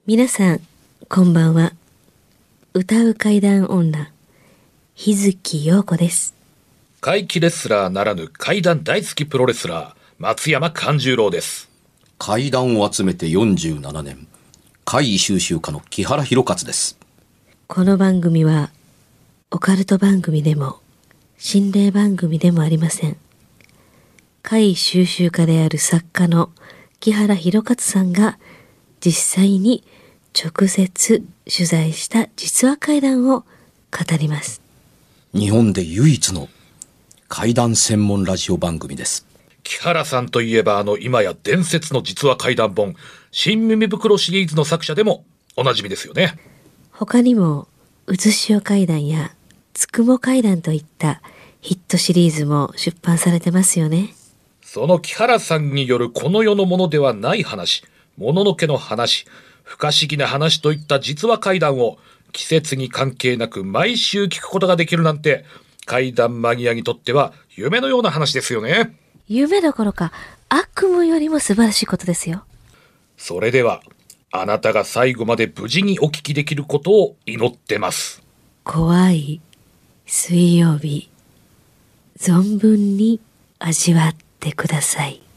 皆さんこんばんは。歌う怪談女日月陽子です。 怪奇レスラーならぬ怪談大好きプロレスラー松山勘十郎です。 怪談を集めて47年怪異収集家の木原博勝です。 この番組はオカルト番組でも心霊番組でもありません。怪異収集家である作家の木原博勝さんが実際に直接取材した実話怪談を語ります。 日本で唯一の怪談専門ラジオ番組です。 木原さんといえば今や伝説の実話怪談本新耳袋シリーズの作者でもおなじみですよね。 他にもうずしお怪談やつくも怪談といったヒットシリーズも出版されてますよね。 その木原さんによるこの世のものではない話、もののけの話、不可思議な話といった実話怪談を季節に関係なく毎週聞くことができるなんて怪談マニアにとっては夢のような話ですよね。 夢どころか悪夢よりも素晴らしいことですよ。 それではあなたが最後まで無事にお聞きできることを祈ってます。 怖い水曜日、存分に味わってください。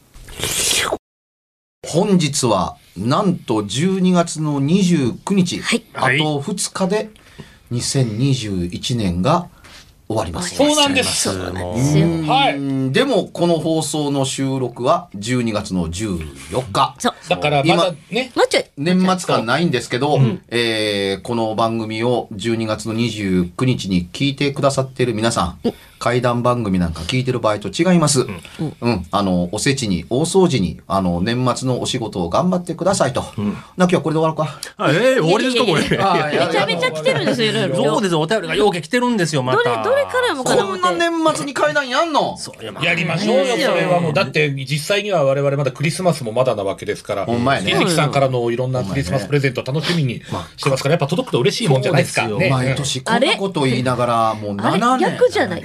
本日はなんと12月の29日、 はい、 あと2日で2021年が終わります。 そうなんです。 そうなんですよ。 はい。 でもこの放送の収録は12月の14日。 そう。 だからまだね、 もうちょい。 年末感ないんですけど、この番組を12月の29日に聞いてくださっている皆さん、怪談番組なんか聞いてる場合と違います。おせちに、大掃除に、年末のお仕事を頑張ってくださいと。な、今日はこれで終わろうか。 終わりですかこれ。 めちゃめちゃ来てるんですよ、いろいろ。 そうです、お便りがようけ来てるんですよ、また。 どれからもかなこんな年末に怪談やんの？ やりましょうよ、それはもう。だって実際には我々まだクリスマスもまだなわけですから、 ほんまやね。 日月さんからのいろんなクリスマスプレゼント楽しみにしてますから、やっぱ届くと嬉しいもんじゃないですか。ね、 毎年こんなこと言いながら、もう7年。 逆じゃない。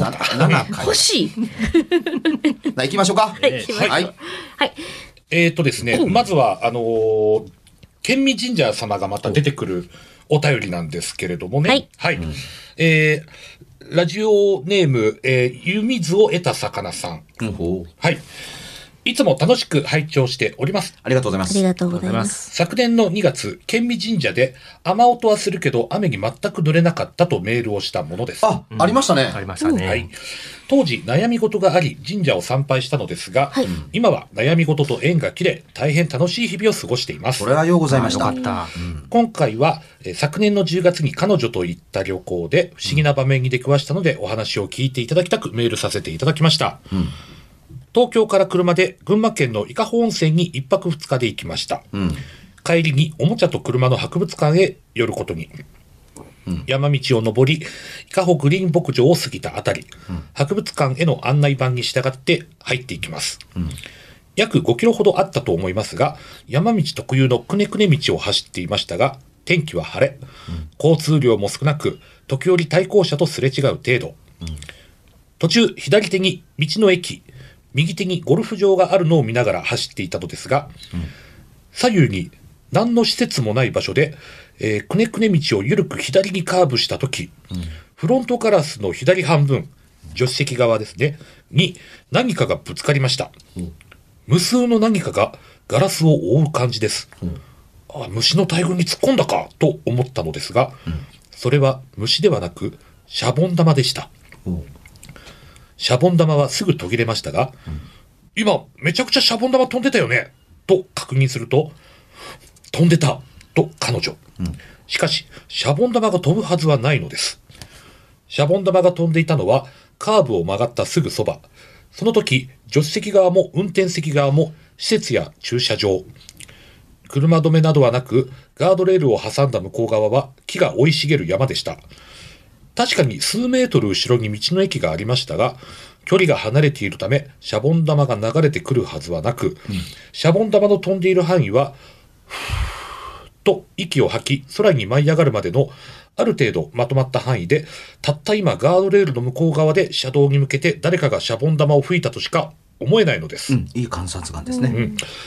7回。 欲しい。 行きましょうか。 はい。はい。 ですね、まずは、県民神社様がまた出てくるお便りなんですけれどもね。はい。ラジオネーム、湯水を得た魚さん。はい。いつも楽しく拝聴しております。 ありがとうございます。 ありがとうございます。 昨年の2月、県民神社で雨音はするけど雨に全く濡れなかったとメールをしたものです。 ありましたね。 ありましたね。 はい。当時悩み事があり神社を参拝したのですが、今は悩み事と縁が切れ大変楽しい日々を過ごしています。 それはようございました。 よかった。 今回は、昨年の10月に彼女と行った旅行で不思議な場面に出くわしたので、お話を聞いていただきたくメールさせていただきました。東京から車で群馬県の伊香保温泉に1泊2日で行きました。帰りにおもちゃと車の博物館へ寄ることに。山道を登り、伊香保グリーン牧場を過ぎたあたり、博物館への案内板に従って入っていきます。約5キロほどあったと思いますが、山道特有のくねくね道を走っていましたが、天気は晴れ、交通量も少なく、時折対向車とすれ違う程度。途中、左手に道の駅、右手にゴルフ場があるのを見ながら走っていたのですが、左右に何の施設もない場所で、くねくね道を緩く左にカーブしたとき、フロントガラスの左半分、助手席側ですね、に何かがぶつかりました。無数の何かがガラスを覆う感じです。虫の大群に突っ込んだかと思ったのですが、それは虫ではなくシャボン玉でした。シャボン玉はすぐ途切れましたが、今めちゃくちゃシャボン玉飛んでたよねと確認すると、飛んでたと彼女。しかしシャボン玉が飛ぶはずはないのです。シャボン玉が飛んでいたのはカーブを曲がったすぐそば。その時助手席側も運転席側も施設や駐車場、車止めなどはなく、ガードレールを挟んだ向こう側は木が生い茂る山でした。確かに数メートル後ろに道の駅がありましたが、距離が離れているためシャボン玉が流れてくるはずはなく、シャボン玉の飛んでいる範囲はふーっと息を吐き空に舞い上がるまでのある程度まとまった範囲で、たった今ガードレールの向こう側で車道に向けて誰かがシャボン玉を吹いたとしか思えないのです。 いい観察眼ですね。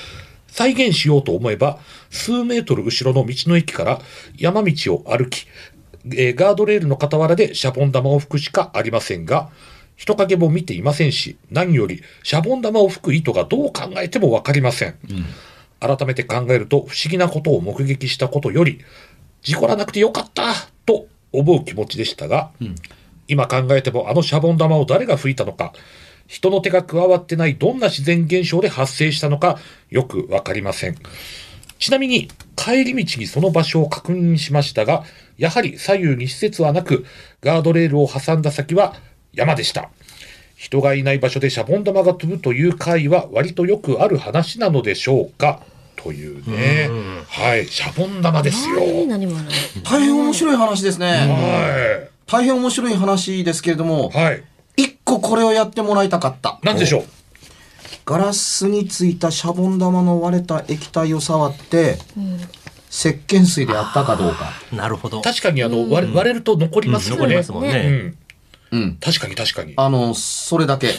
再現しようと思えば、数メートル後ろの道の駅から山道を歩き、ガードレールの傍らでシャボン玉を吹くしかありませんが、人影も見ていませんし、何よりシャボン玉を吹く意図がどう考えてもわかりません。改めて考えると不思議なことを目撃したことより、事故らなくてよかったと思う気持ちでしたが、今考えてもあのシャボン玉を誰が吹いたのか、人の手が加わってないどんな自然現象で発生したのかよくわかりません。ちなみに帰り道にその場所を確認しましたが、やはり左右に施設はなく、ガードレールを挟んだ先は山でした。人がいない場所でシャボン玉が飛ぶという回は割とよくある話なのでしょうか、というね。はい、シャボン玉ですよ。 何もない。 大変面白い話ですね。 は大変面白い話ですけれども、 い。はい。 一個これをやってもらいたかった。 なんでしょう。 ガラスについたシャボン玉の割れた液体を触って、石鹸水であったかどうか。 なるほど。 確かに割れると残りますよね。 残りますもんね。 確かに確かに。 それだけ。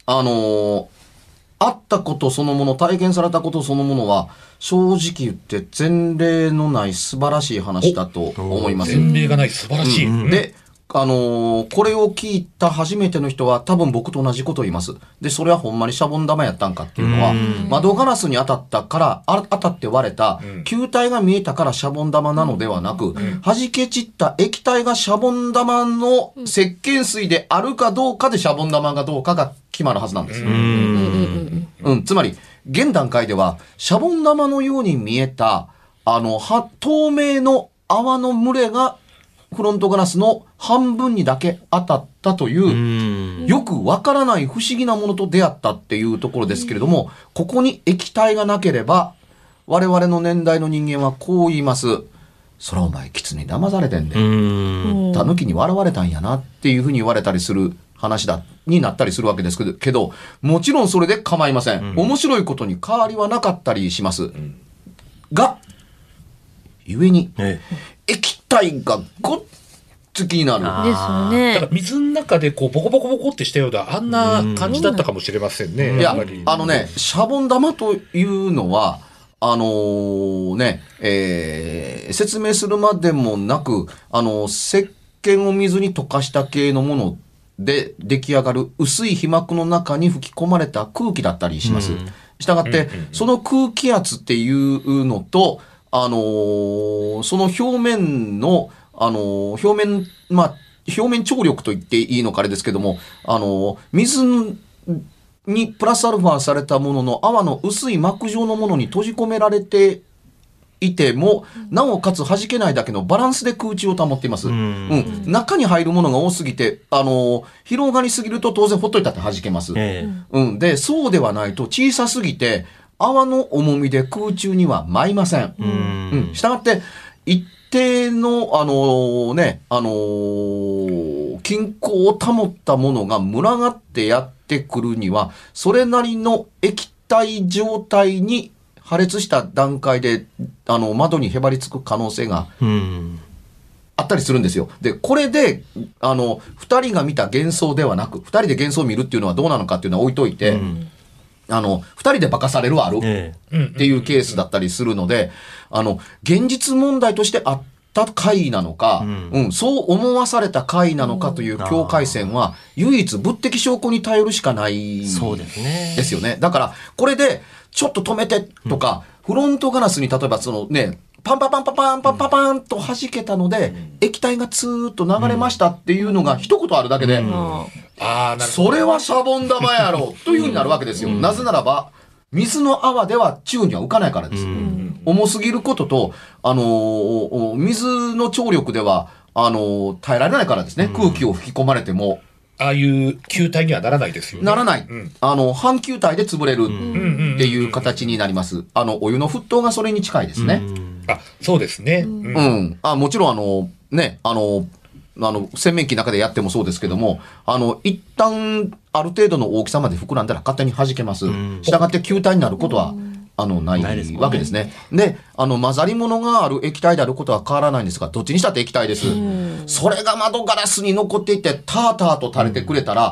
あったことそのもの、体験されたことそのものは、正直言って前例のない素晴らしい話だと思います。 前例がない素晴らしい。 で、これを聞いた初めての人は多分僕と同じことを言います。で、それはほんまにシャボン玉やったんかっていうのは、窓ガラスに当たったから、当たって割れた、球体が見えたからシャボン玉なのではなく、弾け散った液体がシャボン玉の石鹸水であるかどうかでシャボン玉がどうかが決まるはずなんですよ。つまり、現段階では、シャボン玉のように見えた、透明の泡の群れが、フロントガラスの半分にだけ当たったという、よくわからない不思議なものと出会ったっていうところですけれども、ここに液体がなければ、我々の年代の人間はこう言います。そらお前、狐に騙されてんで。タヌキに笑われたんやなっていうふうに言われたりする話になったりするわけですけど、もちろんそれで構いません。面白いことに変わりはなかったりします。が、故に、液体がごっつきになる。 ですよね。 だから水の中でこうボコボコボコってしたようなあんな感じだったかもしれませんね。 いや、 やっぱりシャボン玉というのは、説明するまでもなく、石鹸を水に溶かした系のもので出来上がる薄い皮膜の中に吹き込まれた空気だったりします。したがって、その空気圧っていうのと、その表面の、表面張力と言っていいのかあれですけども、水にプラスアルファされたものの泡の薄い膜状のものに閉じ込められていても、なおかつ弾けないだけのバランスで空中を保っています。中に入るものが多すぎて、広がりすぎると当然ほっといたって弾けます。で、そうではないと小さすぎて、泡の重みで空中には舞いません。したがって、一定の、均衡を保ったものが群がってやってくるには、それなりの液体状態に破裂した段階で、窓にへばりつく可能性があったりするんですよ。で、これで、二人が見た幻想ではなく、二人で幻想を見るっていうのはどうなのかっていうのは置いといて、二人で化かされるはあるっていうケースだったりするので、現実問題としてあった回なのか、そう思わされた回なのかという境界線は、唯一物的証拠に頼るしかないですよね。だから、これで、ちょっと止めてとか、フロントガラスに例えばパンパパンパパンパンパパンと弾けたので、液体がツーッと流れましたっていうのが一言あるだけで、それはシャボン玉やろというふうになるわけですよ。なぜならば、水の泡では宙には浮かないからです。重すぎることと、水の張力では、耐えられないからですね。空気を吹き込まれても。 ああいう球体にはならないですよね。 ならない。半球体で潰れるっていう形になります。お湯の沸騰がそれに近いですね。 そうですね。 もちろん洗面器の中でやってもそうですけども、一旦ある程度の大きさまで膨らんだら勝手に弾けます。したがって球体になることは、ないわけですね。で、混ざり物がある液体であることは変わらないんですが、どっちにしたって液体です。それが窓ガラスに残っていて、ターターと垂れてくれたら、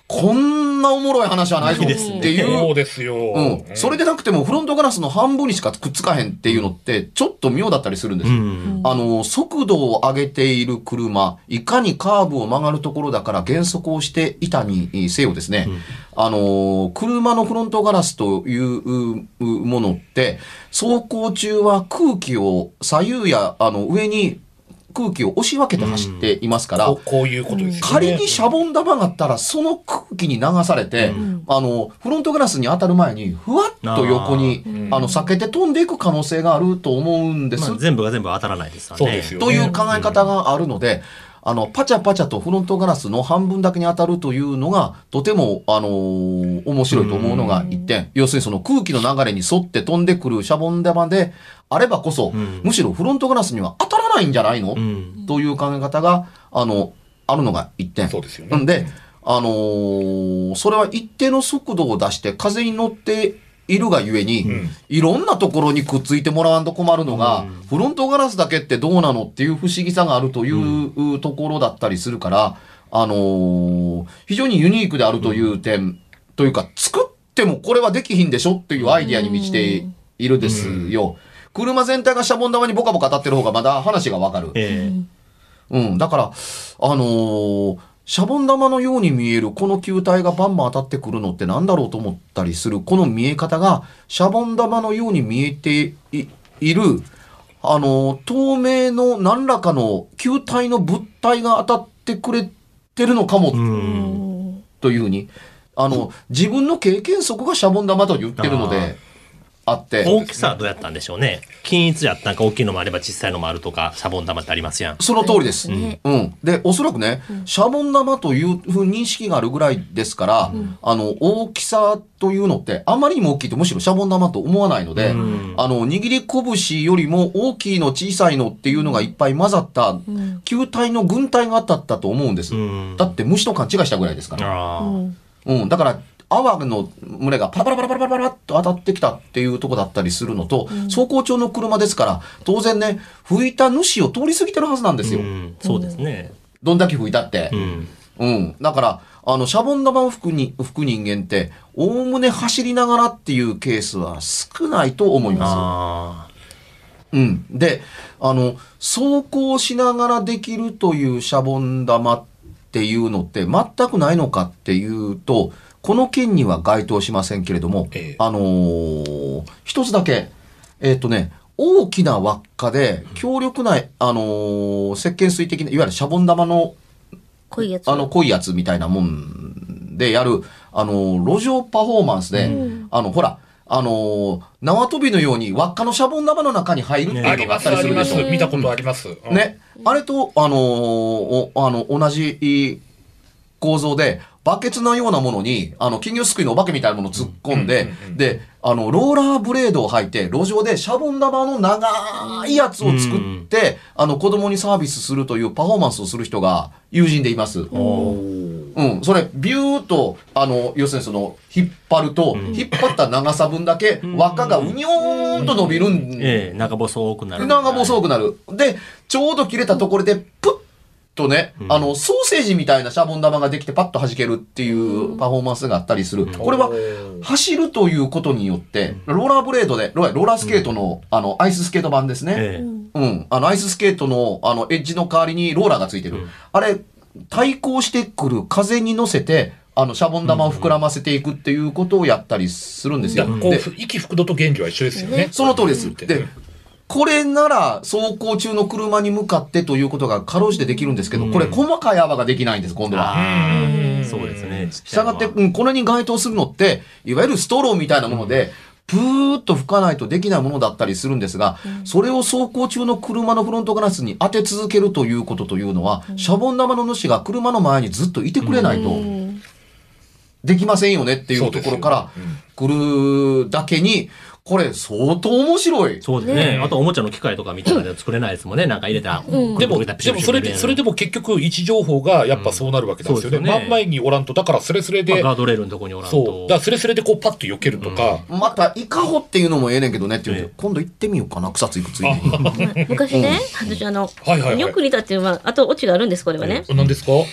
こんなおもろい話はないぞっていう。 そうですよ。 それでなくてもフロントガラスの半分にしかくっつかへんっていうのってちょっと妙だったりするんですよ。速度を上げている車、いかにカーブを曲がるところだから減速をしていたにせよですね、車のフロントガラスというものって走行中は空気を左右や上に空気を押し分けて走っていますから、 こういうことですよね。 仮にシャボン玉があったらその空気に流されて、フロントガラスに当たる前にふわっと横に避けて飛んでいく可能性があると思うんです、 全部が全部当たらないですよね。 そうですよね。 という考え方があるので、パチャパチャとフロントガラスの半分だけに当たるというのがとても面白いと思うのが一点。要するにその空気の流れに沿って飛んでくるシャボン玉であればこそ、むしろフロントガラスには当たらないんじゃないの、という考え方があるのが一点。 そうですよね。 なんでそれは一定の速度を出して風に乗っているがゆえに、いろんなところにくっついてもらわんと困るのが、フロントガラスだけってどうなのっていう不思議さがあるというところだったりするから、非常にユニークであるという点、というか、作ってもこれはできひんでしょっていうアイディアに満ちているですよ。車全体がシャボン玉にボカボカ当たってる方がまだ話がわかる。だから、シャボン玉のように見えるこの球体がバンバン当たってくるのってなんだろうと思ったりする。この見え方がシャボン玉のように見えている、透明の何らかの球体の物体が当たってくれてるのかも、というふうに、自分の経験則がシャボン玉と言ってるので、あって。 大きさはどうやったんでしょうね。均一やったんか大きいのもあれば小さいのもあるとか、シャボン玉ってありますやん。 その通りです。で、おそらくね、シャボン玉というふう認識があるぐらいですから、大きさというのってあまりにも大きいとむしろシャボン玉と思わないので、握り拳よりも大きいの小さいのっていうのがいっぱい混ざった球体の群体が当たったと思うんです。だって虫と勘違いしたぐらいですから。だから、泡の群れがパラパラパラパラパラっと当たってきたっていうとこだったりするのと、走行中の車ですから、当然ね、吹いた主を通り過ぎてるはずなんですよ。 そうですね。 どんだけ吹いたって。だから、シャボン玉を吹く人間って、おおむね走りながらっていうケースは少ないと思います。で、走行しながらできるというシャボン玉っていうのって全くないのかっていうと、この件には該当しませんけれども、一つだけ、大きな輪っかで、強力な、石鹸水的な、いわゆるシャボン玉の、 濃いやつ。 濃いやつみたいなもんでやる、路上パフォーマンスで、ほら、縄跳びのように輪っかのシャボン玉の中に入るっていうのがあったりするでしょ。 見たことあります。 ね。あれと、同じ構造で、バケツのようなものに、金魚すくいのお化けみたいなものを突っ込んで、で、ローラーブレードを履いて、路上でシャボン玉の長いやつを作って、子供にサービスするというパフォーマンスをする人が友人でいます。それ、ビューと、要するに引っ張ると、引っ張った長さ分だけ、輪っかがうにょーんと伸びるんで、 長細くなる。 長細くなる。で、ちょうど切れたところで、プッとね、ソーセージみたいなシャボン玉ができてパッと弾けるっていうパフォーマンスがあったりする。これは、走るということによって、ローラーブレードで、ローラースケートの、アイススケート版ですね。アイススケートの、エッジの代わりにローラーがついてる。あれ、対抗してくる風に乗せて、シャボン玉を膨らませていくっていうことをやったりするんですよ。 息吹くのと原理は一緒ですよね。 その通りです。で、これなら走行中の車に向かってということがかろうじてできるんですけど、これ細かい泡ができないんです、今度は。 そうですね。 したがって、これに該当するのって、いわゆるストローみたいなもので、プーッと吹かないとできないものだったりするんですが、それを走行中の車のフロントガラスに当て続けるということというのは、シャボン玉の主が車の前にずっといてくれないと、できませんよねっていうところから来るだけに、これ相当面白い。 そうですね。あとおもちゃの機械とかみたいなの作れないですもんね。なんか入れた。 でもそれでも結局位置情報がやっぱそうなるわけなんですよね。真ん前におらんと、だからスレスレで。 ガードレールのとこにおらんと。 そう。だからスレスレでこうパッと避けるとか。 また、イカホっていうのもええねんけどねって言うと、今度行ってみようかな、草津いくつい昔ね、私よく似たっていうのは、あとオチがあるんです、これはね。 何ですか？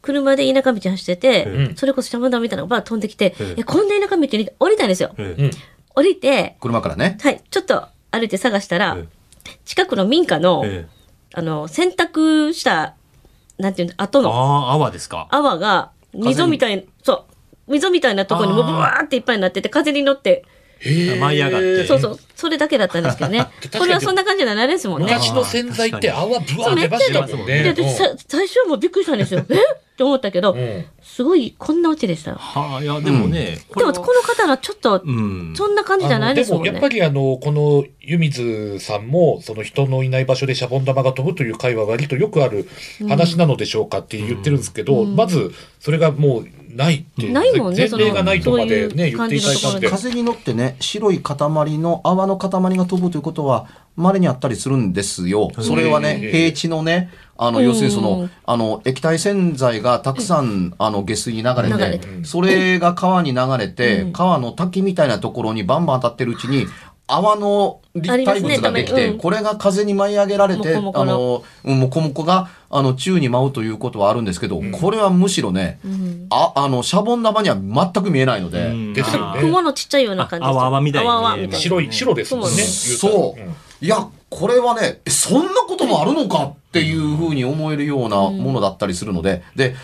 車で田舎道走ってて、 うんそれこそシャボン玉みたいなのがバーッ飛んできて、 うんこんな田舎道に降りたんですよ。 うん降りて、 車からね。 はい、ちょっと歩いて探したら、 うん近くの民家の、 ええ洗濯した、なんていうの、後のああ、泡ですか。 泡が、溝みたい、そう、溝みたいなところにもうブワーっていっぱいになってて、風に乗って、 へえ舞い上がってそうそう、それだけだったんですけどね。これはそんな感じじゃないですもんね。 昔の洗剤って泡ブワー出ましたもんでね。 私最初はもうびっくりしたんですよ。えって思ったけど、 うんすごいこんなオチでした。 はあ、いや、でもね、 でもこの方はちょっと、 うん。 そんな感じじゃないですもんね。 でもやっぱりこの湯水さんもその人のいない場所でシャボン玉が飛ぶという会話は割とよくある話なのでしょうかって言ってるんですけど、まずそれがもうないってないもんね前例がないとまでそのね言っていただいたんで、 風に乗ってね、白い塊の泡の塊が飛ぶということは、稀にあったりするんですよ。それはね、平地のね、要するにその、液体洗剤がたくさん、下水に流れて流れて、 それが川に流れて、川の滝みたいなところにバンバン当たってるうちに、泡の立体物ができて、 ありますねこれが風に舞い上げられて、 もこもこのもこもこが、宙に舞うということはあるんですけど、これはむしろね、シャボン玉には全く見えないので、 ですよね。 雲のちっちゃいような感じですよ。 あ泡みたいにね泡みたいな白ですもんね。 そう。いや、これはね、そんなこともあるのかっていうふうに思えるようなものだったりするので、で、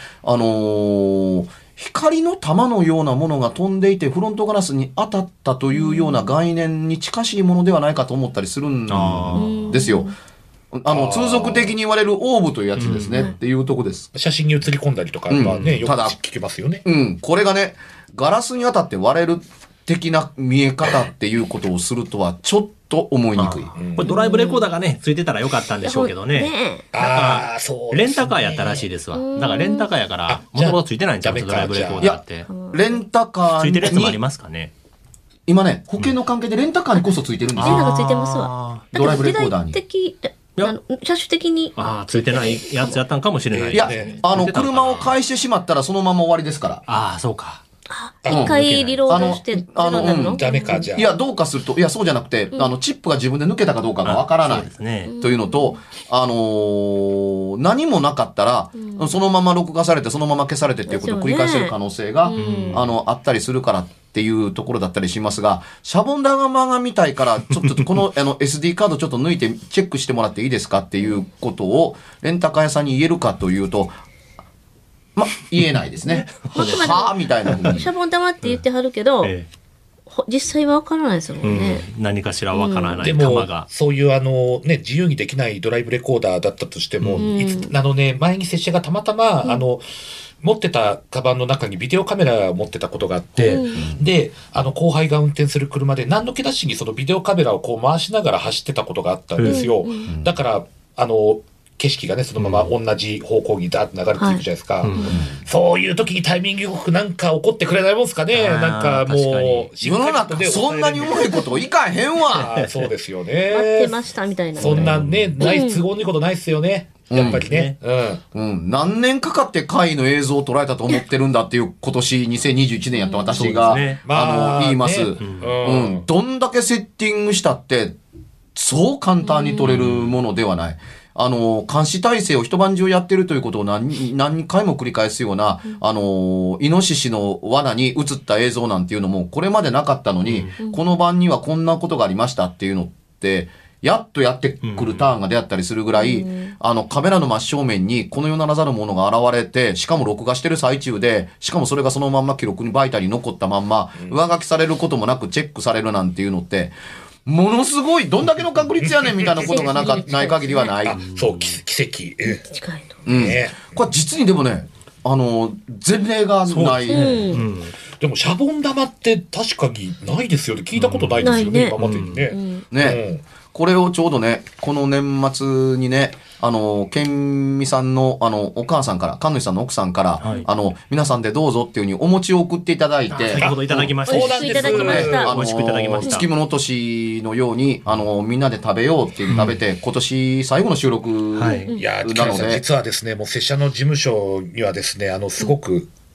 光の玉のようなものが飛んでいてフロントガラスに当たったというような概念に近しいものではないかと思ったりするんですよ。通俗的に言われるオーブというやつですね、っていうとこです。 写真に写り込んだりとかはね、よくただ聞きますよね。 これがね、ガラスに当たって割れる的な見え方っていうことをするとはちょっと思いにくい。 これドライブレコーダーがね、ついてたらよかったんでしょうけどね。 ねああ、そうですね。 レンタカーやったらしいですわ。だからレンタカーやから、もともとついてないんちゃうんですドライブレコーダーって。 レンタカついてるやつもありーに、 ますかね。 今ね、保険の関係でレンタカーにこそついてるんですよ。 レンタカーついてますわ。 ドライブレコーダーにだけど時代的、 や車種的に。 ああ、ついてないやつやったんかもしれない。 いやね、 車を返してしまったらそのまま終わりですから。 ああ、そうか。 一回リロードして、ゼロになるのダメか、じゃあ。 いや、どうかすると、いや、そうじゃなくて、チップが自分で抜けたかどうかがわからないそうですね。 というのと、何もなかったら、そのまま録画されて、そのまま消されてっていうことを繰り返してる可能性が、あったりするからっていうところだったりしますが、シャボン玉が見たいから、ちょっとこのSD カードちょっと抜いてチェックしてもらっていいですかっていうことを、レンタカー屋さんに言えるかというと、言えないですね。はぁみたいな風にシャボン玉って言ってはるけど、 え実際はわからないですもえんね。 何かしらわからなでもい玉が。 そういう自由にできないドライブレコーダーだったとしても、前に拙者がたまたま、持ってたカバンの中にビデオカメラを持ってたことがあって、で、後輩が運転する車で何の気なしにそのビデオカメラをこう回しながら走ってたことがあったんですよ。だから、景色がね、そのまま同じ方向にダーッと流れていくじゃないですか。そういう時にタイミングよくなんか起こってくれないもんですかね。なんかもう、 世の中そんなにうまいこといかへんわ。 そうですよ待ってね。 ましたみたいな。 そんなね、ない都合のいいことないですよね。やっぱりね。 何年かかって会の映像を捉えたと思ってるんだっていう今年2021年やった私が、 そうですね言います、 ねどんだけセッティングしたって、そう簡単に撮れるものではない。監視体制を一晩中やってるということを何回も繰り返すような、イノシシの罠に映った映像なんていうのも、これまでなかったのに、この晩にはこんなことがありましたっていうのって、やっとやってくるターンが出会ったりするぐらい、カメラの真正面にこの世ならざるものが現れて、しかも録画してる最中で、しかもそれがそのまんま記録に媒体に残ったまんま、上書きされることもなくチェックされるなんていうのって、ものすごい、どんだけの確率やねんみたいなことがない限りはない。 そう、奇跡。 近いと。 ねこれ実にでもね、前例がない。 でもシャボン玉って確かにないですよね。聞いたことないですよね、 ないね今までにね。 ね、これをちょうどね、この年末にね、ケンミさんの、お母さんから、神主さんの奥さんから、皆さんでどうぞっていうふうにお餅を送っていただいて、 先ほどいただきました。 美味しくいただきました美味しくいただきました。 月物年のように、みんなで食べようっていう食べて、今年最後の収録はいいや、 なので、 実はですね、もう拙者の事務所にはですね、すごく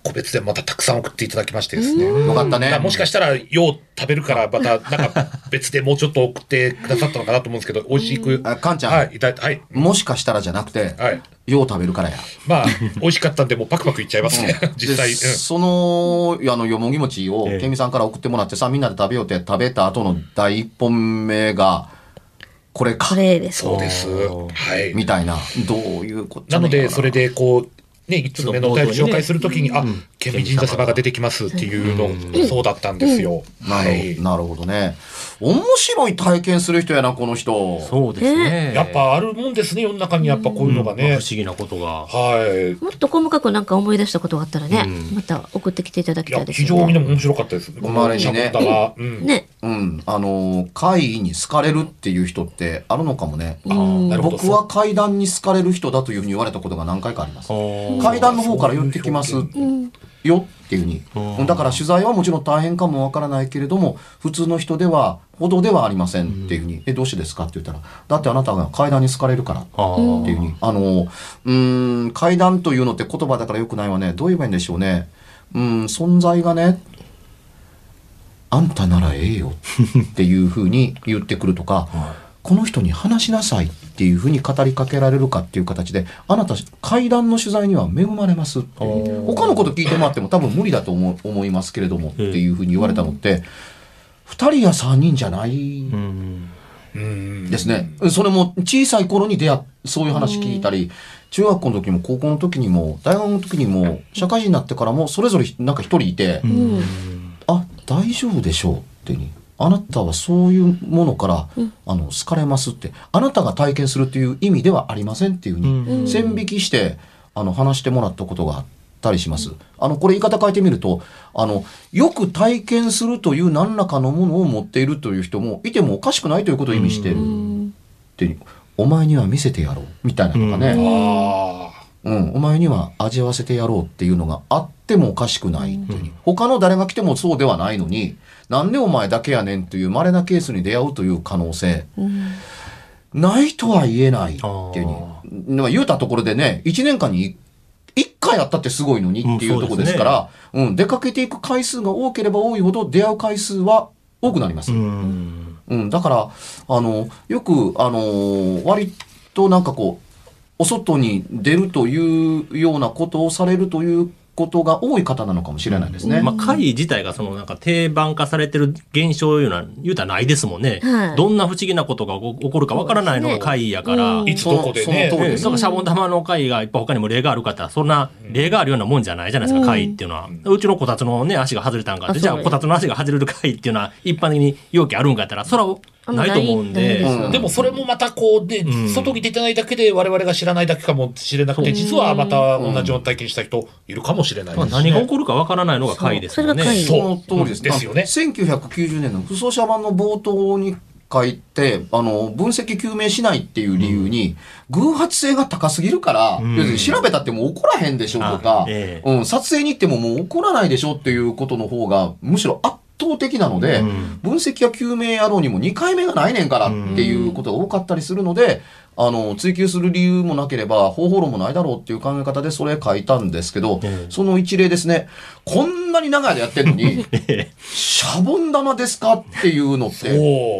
個別でまたたくさん送っていただきましてですね。 よかったね。 もしかしたら、よう食べるから、また、なんか、別でもうちょっと送ってくださったのかなと思うんですけど、美味しく。 かんちゃん、 はい、はい。 もしかしたらじゃなくて、 はい。 よう食べるからや。 まあ、美味しかったんで、もうパクパクいっちゃいますね。実際。 でその、よもぎ餅を、ケミさんから送ってもらってさ、みんなで食べようって食べた後の第一本目が、これか。 これです。 そうです。はい。 みたいな。どういうことなので、それで、こう、ね、5つ目のお便り紹介するときに、あ、県民神社様が出てきますっていうの、そうだったんですよ。 なるほどね。面白い体験する人やな、この人。 そうですね。 やっぱあるもんですね、世の中にやっぱこういうのがね。 不思議なことが。 はい。 もっと細かくなんか思い出したことがあったらね、また送ってきていただきたいです非よね。 常に面白かったです。 このあれにね。 ね。 怪異に好かれるっていう人ってあるのかもね。 なるほど。 僕は怪談に好かれる人だというふうに言われたことが何回かあります。怪談の方から寄ってきますよっていうふうに。だから取材はもちろん大変かもわからないけれども、普通の人ではほどではありませんっていうふうに、どうしてですかって言ったら、だってあなたが怪談に好かれるからっていうふうに。怪談というのって言葉だからよくないわね。どう言えばいいんでしょうね。存在がね、あんたならええよっていうふうに言ってくるとか、この人に話しなさいっていうふうに語りかけられるかっていう形で、あなた怪談の取材には恵まれますって、他のこと聞いてもらっても多分無理だと思いますけれどもっていうふうに言われたのって、2人や3人じゃないですね。それも小さい頃にそういう話聞いたり、中学校の時も高校の時にも大学の時にも社会人になってからもそれぞれなんか一人いて、あ、大丈夫でしょうってに。あなたはそういうものから、好かれますって、あなたが体験するっていう意味ではありませんっていうふうに線引きして話してもらったことがあったりします。これ言い方変えてみると、よく体験するという何らかのものを持っているという人もいてもおかしくないということを意味しているっていう、お前には見せてやろうみたいなのがね、お前には味わわせてやろうっていうのがあってもおかしくないっていう、他の誰が来てもそうではないのに、なんでお前だけやねんという稀なケースに出会うという可能性、ないとは言えないっていうに、言うたところでね、1年間に1回あったってすごいのにっていうところですから、出かけていく回数が多ければ多いほど出会う回数は多くなります。だからよく割となんかこうお外に出るというようなことをされるということが多い方なのかもしれないですね。 怪異自体がなんか定番化されてる現象いうのは言うたらないですもんね。どんな不思議なことが起こるかわからないのが怪異やから、 いつどこでね。 だからシャボン玉の怪異がいっぱい他にも例がある方、そんな例があるようなもんじゃないじゃないですか、怪異っていうのは。うちのこたつのね、足が外れたんかって、じゃあこたつの足が外れる怪異っていうのは一般的に容器あるんかやったら、それはないと思うんで。 でもそれもまたこうで、外に出てないだけで我々が知らないだけかもしれなくて、実はまた同じような体験した人いるかもしれないですね。 何が起こるかわからないのが怪異ですよね。 その通りですよね。 1990年の不走者版の冒頭に書いて、分析究明しないっていう理由に、偶発性が高すぎるから、要するに調べたってもう起こらへんでしょとか、撮影に行ってももう起こらないでしょっていうことの方が、むしろ圧倒的なので、分析や究明やろうにも2回目がないねんからっていうことが多かったりするので、追求する理由もなければ方法論もないだろうっていう考え方でそれ書いたんですけど、その一例ですね。こんなに長い間やってるのに、シャボン玉ですかっていうのって、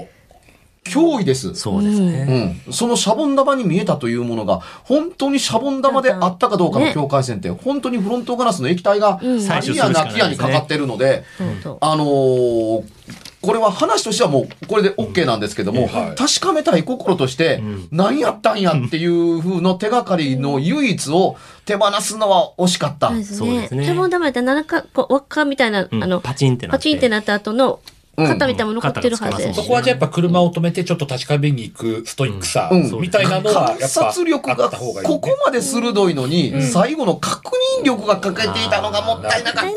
脅威です。 そうですね。 そのシャボン玉に見えたというものが、本当にシャボン玉であったかどうかの境界線って、本当にフロントガラスの液体が、ありやなきやにかかってるので、これは話としてはもうこれで OK なんですけども、確かめたい心として、何やったんやっていう風の手がかりの唯一を手放すのは惜しかった。 そうですね。シャボン玉って輪っかみたいな、 パチンってなった後の、型みたいなもの残ってるはずです。 そこはじゃあやっぱ車を止めてちょっと確かめに行くストイックさみたいなのはやっぱ観察力がここまで鋭いのに、最後の確認力が欠けていたのがもったいなかった。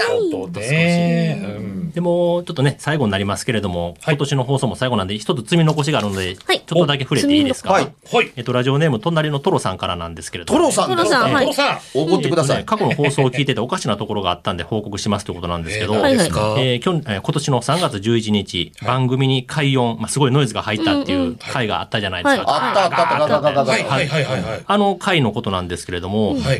でもちょっとね最後になりますけれども、今年の放送も最後なんで一つ積み残しがあるので、ちょっとだけ触れていいですか。ラジオネーム隣のトロさんからなんですけれども、 トロさんおごってください。 過去の放送を聞いてておかしなところがあったんで報告しますということなんですけど、今年の3月11日、番組に快音、すごいノイズが入ったっていう回があったじゃないですか。 あった。 回のことなんですけれども、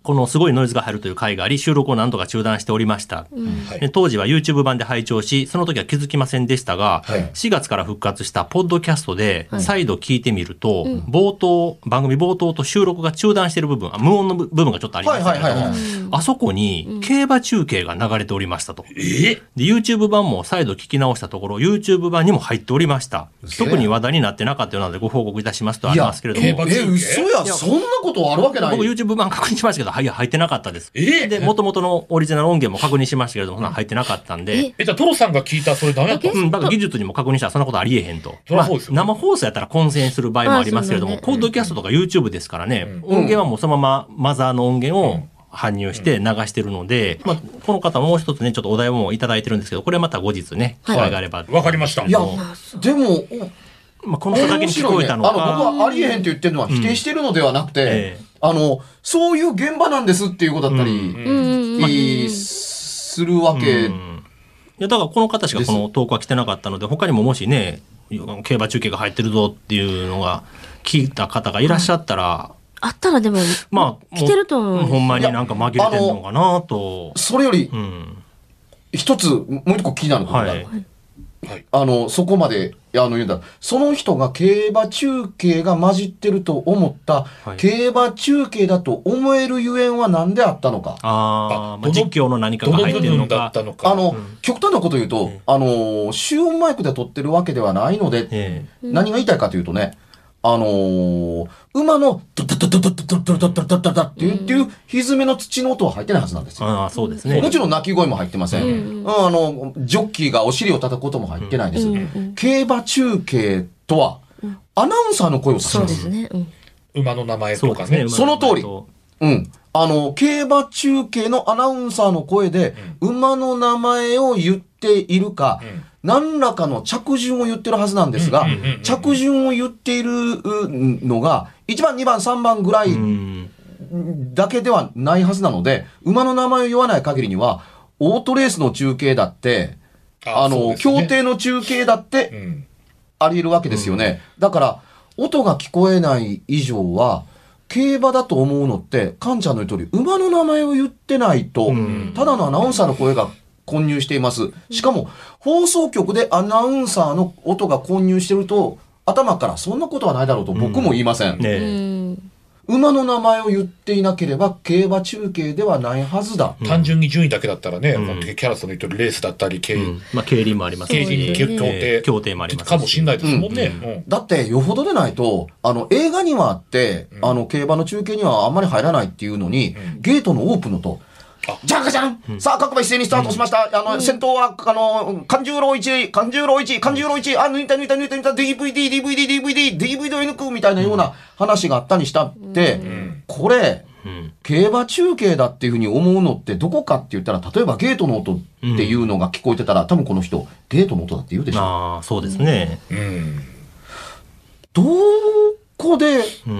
このすごいノイズが入るという回があり、収録を何度か中断しておりました。で当時は YouTube 版で拝聴し、その時は気づきませんでしたが、 はい 4月から復活したポッドキャストで再度聞いてみると、番組冒頭と収録が中断している部分、無音の部分がちょっとありましたけど、 はいはいはいはいあそこに競馬中継が流れておりましたと。 えで YouTube 版も再度聞き直したところ YouTube 版にも入っておりました。 嘘や特に話題になってなかったようなのでご報告いたしますとありますけれども、 いや競馬嘘や、そんなことあるわけない。 僕 YouTube 版確認しましたけど、はいや入ってなかったです。 えで元々のオリジナル音源も確認しましたけれども、そんな入ってなかったんで、 じゃあトロさんが聞いたそれダメだったんですか？ だから技術にも確認したらそんなことありえへんと。 そりゃそうですよ生放送やったら混戦する場合もありますけれども、 あポッドキャストとか YouTube ですからね、音源はもうそのままマザーの音源を搬入して流してるので、この方もう一つね、ちょっとお題もいただいてるんですけど、これまた後日ね、機会があれば。 わかりました。 いや、でも、 この人だけに聞こえたのか。 僕はありえへんって言ってるのは否定してるのではなくて、 ええそういう現場なんですっていうことだったり、するわけ。 いやだからこの方しかこの投稿は来てなかったので、他にももしね、競馬中継が入ってるぞっていうのが聞いた方がいらっしゃったら、 あったらでも、来てると思う。 ほんまになんか紛れてんのかなと。 それより、 うん一つ、もう一個気になることがある。そこまで、言うんだ。その人が競馬中継が混じってると思った、 はい競馬中継だと思えるゆえんは何であったのか。 実況の何かが入ってるのか。 極端なこと言うと、集音マイクで撮ってるわけではないので、何が言いたいかというとね、馬のドッドッドッドッドッドッドッドッドッドッドッドッっていう歪めの土の音は入ってないはずなんですよ。 そうですね。 もちろん鳴き声も入ってません。ジョッキーがお尻を叩くことも入ってないです。競馬中継とは、アナウンサーの声を指しそうま。 ですすね。 馬の名前とかね。 その通り。競馬中継のアナウンサーの声で、馬の名前を言っているか、何らかの着順を言ってるはずなんですが、着順を言っているのが、1番、2番、3番ぐらいだけではないはずなので、馬の名前を言わない限りには、オートレースの中継だって、競艇の中継だって、あり得るわけですよね。だから、音が聞こえない以上は、競馬だと思うのって、カンちゃんの言う通り、馬の名前を言ってないと、ただのアナウンサーの声が混入しています。しかも、放送局でアナウンサーの音が混入してると、頭からそんなことはないだろうと僕も言いません。馬の名前を言っていなければ、競馬中継ではないはずだ。 単純に順位だけだったらね、本当にキャラソンの言ってるレースだったり、競輪もありますし、 競艇もありますかもしれないですもんね。 だって、よほどでないと、映画にはあって、競馬の中継にはあんまり入らないっていうのに、ゲートのオープンのと、じゃんかじゃん、さあ、各馬一斉にスタートしました。先頭は、勘十郎1、抜いた、DVD を抜くみたいなような話があったにしたって、これ、競馬中継だっていうふうに思うのってどこかって言ったら、例えばゲートの音っていうのが聞こえてたら、多分この人、ゲートの音だって言うでしょ。 そうですね。 どこで、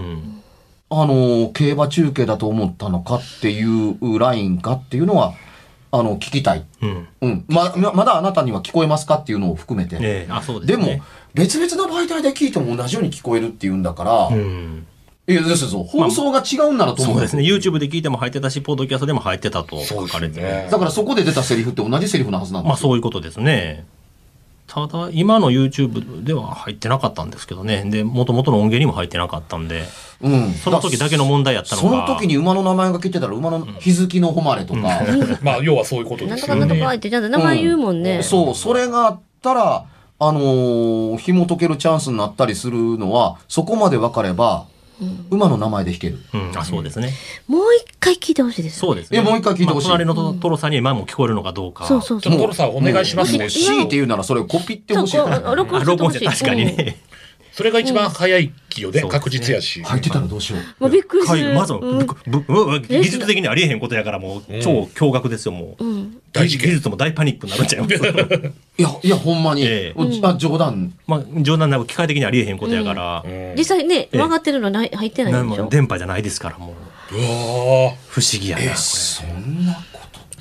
競馬中継だと思ったのかっていうラインかっていうのは、聞きたい。まだあなたには聞こえますかっていうのを含めて。でも、別々の媒体で聞いても同じように聞こえるっていうんだから、放送が違うんならと思う。 そうですね。YouTube で聞いても入ってたし、ポッドキャストでも入ってたと書かれてる。 だからそこで出たセリフって同じセリフのはずなんですよ。 そういうことですね。ただ、今の YouTube では入ってなかったんですけどね。で、元々の音源にも入ってなかったんで、その時だけの問題やったのか。 その時に馬の名前が聞いてたら、馬の日付の誉れとか。 要はそういうことですよね。 なんとかなんとかってちゃんと名前言うもんね。 そう、それがあったら、紐解けるチャンスになったりするのは、そこまで分かれば、馬の名前で弾ける。 そうですね。 もう一回聞いてほしいです。 そうですね。 もう一回聞いてほしい。 隣のトロさんに今も聞こえるのかどうか。 そう。 ちょっとトロさんお願いしますね。 強いて言うならそれをコピってほしい。 録音して確かにね。 それが一番早い気よね、確実やし。 入ってたらどうしよう。 もうびっくりする。 まず、技術的にありえへんことやからもう超驚愕ですよ、もう。技術も大パニックになるんちゃいます。 いや、ほんまに。冗談。 冗談なく機械的にありえへんことやから。 実際ね、曲がってるの入ってないでしょ。 電波じゃないですから、もう。不思議やな、これ。 そんなこと。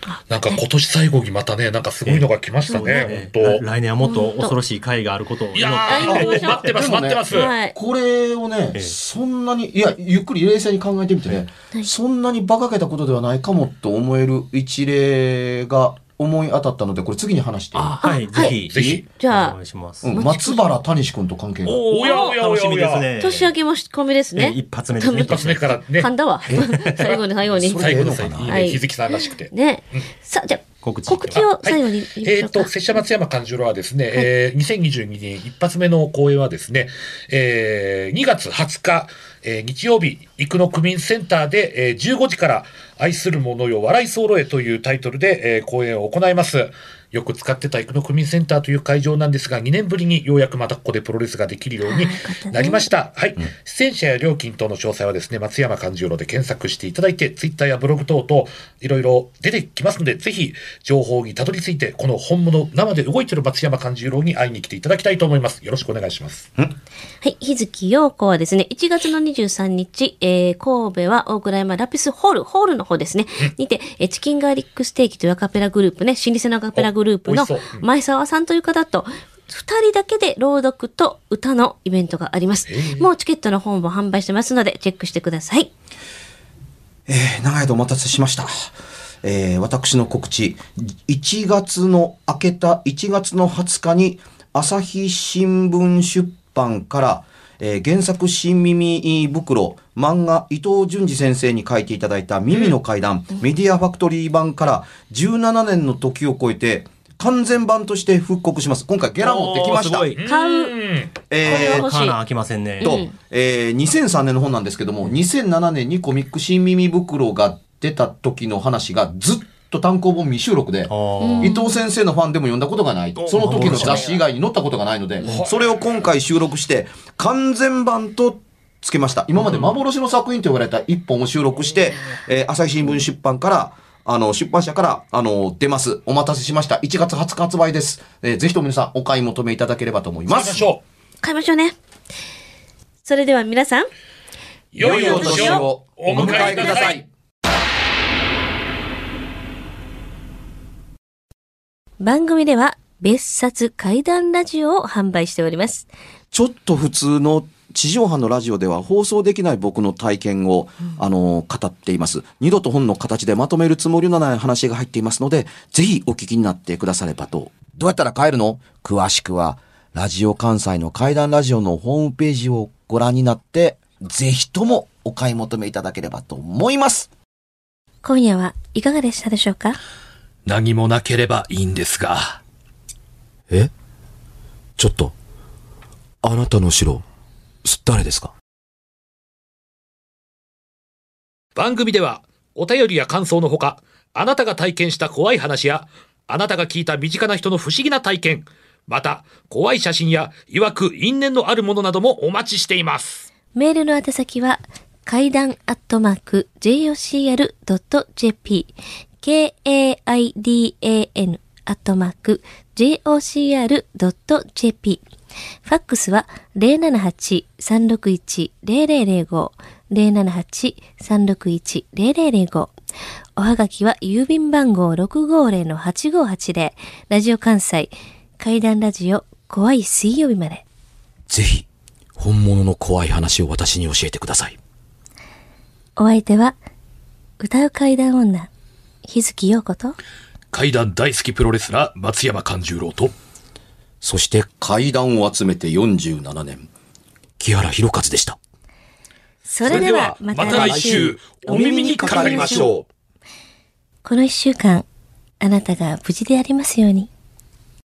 なんか今年最後にまたね、なんかすごいのが来ましたね、本当。 来年はもっと恐ろしい会があることをいや祈って待ってます、待ってます。 はい。 これをね、そんなに、いや、ゆっくり冷静に考えてみてね、そんなに馬鹿げたことではないかもと思える一例が思い当たったので、これ次に話していい？ はい、ぜひ。 ぜひ。 じゃあお願いします。 松原谷志君と関係が。 おやおやおやおや楽しみですね。 年明けまし込みですね。 一発目ですね。 一発目からね。 噛んだわ。最後に最後に。 それ最後の最後にはい日月さんらしくて。 ね。さあ、じゃあ、 告知を最後に言いましょうか。 拙者松山勘十郎はですね、2022年一発目の公演はですね、2月20日、日曜日、生野区民センターで、15時から愛する者よ笑い候えというタイトルで、公演を行います。よく使ってた生野区民センターという会場なんですが、2年ぶりにようやくまたここでプロレスができるようになりました。はい。出演者や料金等の詳細はですね、松山勘十郎で検索していただいて、ツイッターやブログ等々いろいろ出てきますので、ぜひ情報にたどり着いて、この本物、生で動いている松山勘十郎に会いに来ていただきたいと思います。よろしくお願いします。 はい。日月陽子はですね、1月の23日、神戸は大倉山ラピスホールの方ですね、にて、チキンガーリックステーキというアカペラグループね、老舗のアカペラグループの前澤さんという方と、2人だけで朗読と歌のイベントがあります。もうチケットの方も販売してますので、チェックしてください。 長い間お待たせしました。私の告知、1月の20日に朝日新聞出版から、原作新耳袋、漫画伊藤淳二先生に書いていただいた耳の怪談、メディアファクトリー版から17年の時を超えて完全版として復刻します。今回ゲラ持ってきました。 買う。これは欲しい。 カーナー開きませんね。 と、2003年の本なんですけども、2007年にコミック新耳袋が出た時の話がずっと単行本未収録で、伊藤先生のファンでも読んだことがない。その時の雑誌以外に載ったことがないので、それを今回収録して完全版とつけました。今まで幻の作品と言われた一本を収録して、朝日新聞出版から、出版社から、出ます。お待たせしました。1月20日発売です。ぜひとも皆さんお買い求めいただければと思います。 買いましょうね。それでは皆さん、 良いお年をお迎えください。 番組では別冊怪談ラジオを販売しております。 ちょっと普通の地上波のラジオでは放送できない僕の体験を、語っています。二度と本の形でまとめるつもりのない話が入っていますので、ぜひお聞きになってくださればと。どうやったら買えるの？詳しくは、ラジオ関西の怪談ラジオのホームページをご覧になって、ぜひともお買い求めいただければと思います。 今夜はいかがでしたでしょうか？ 何もなければいいんですが。 ちょっと、あなたの城、誰ですか？ 番組ではお便りや感想のほか、あなたが体験した怖い話や、あなたが聞いた身近な人の不思議な体験、また怖い写真や曰く因縁のあるものなどもお待ちしています。 メールの宛先は怪談@jocr.jp KAIDAN@jocr.jp ファックスは 078-361-0005 078-361-0005 おはがきは郵便番号 650-8580 ラジオ関西怪談ラジオ怖い水曜日まで。 ぜひ本物の怖い話を私に教えてください。 お相手は歌う怪談女日月陽子と怪談大好きプロレスラー松山勘十郎と、 そして怪談を集めて47年木原博一でした。 それではまた来週お耳にかかりましょう。 この1週間あなたが無事でありますように。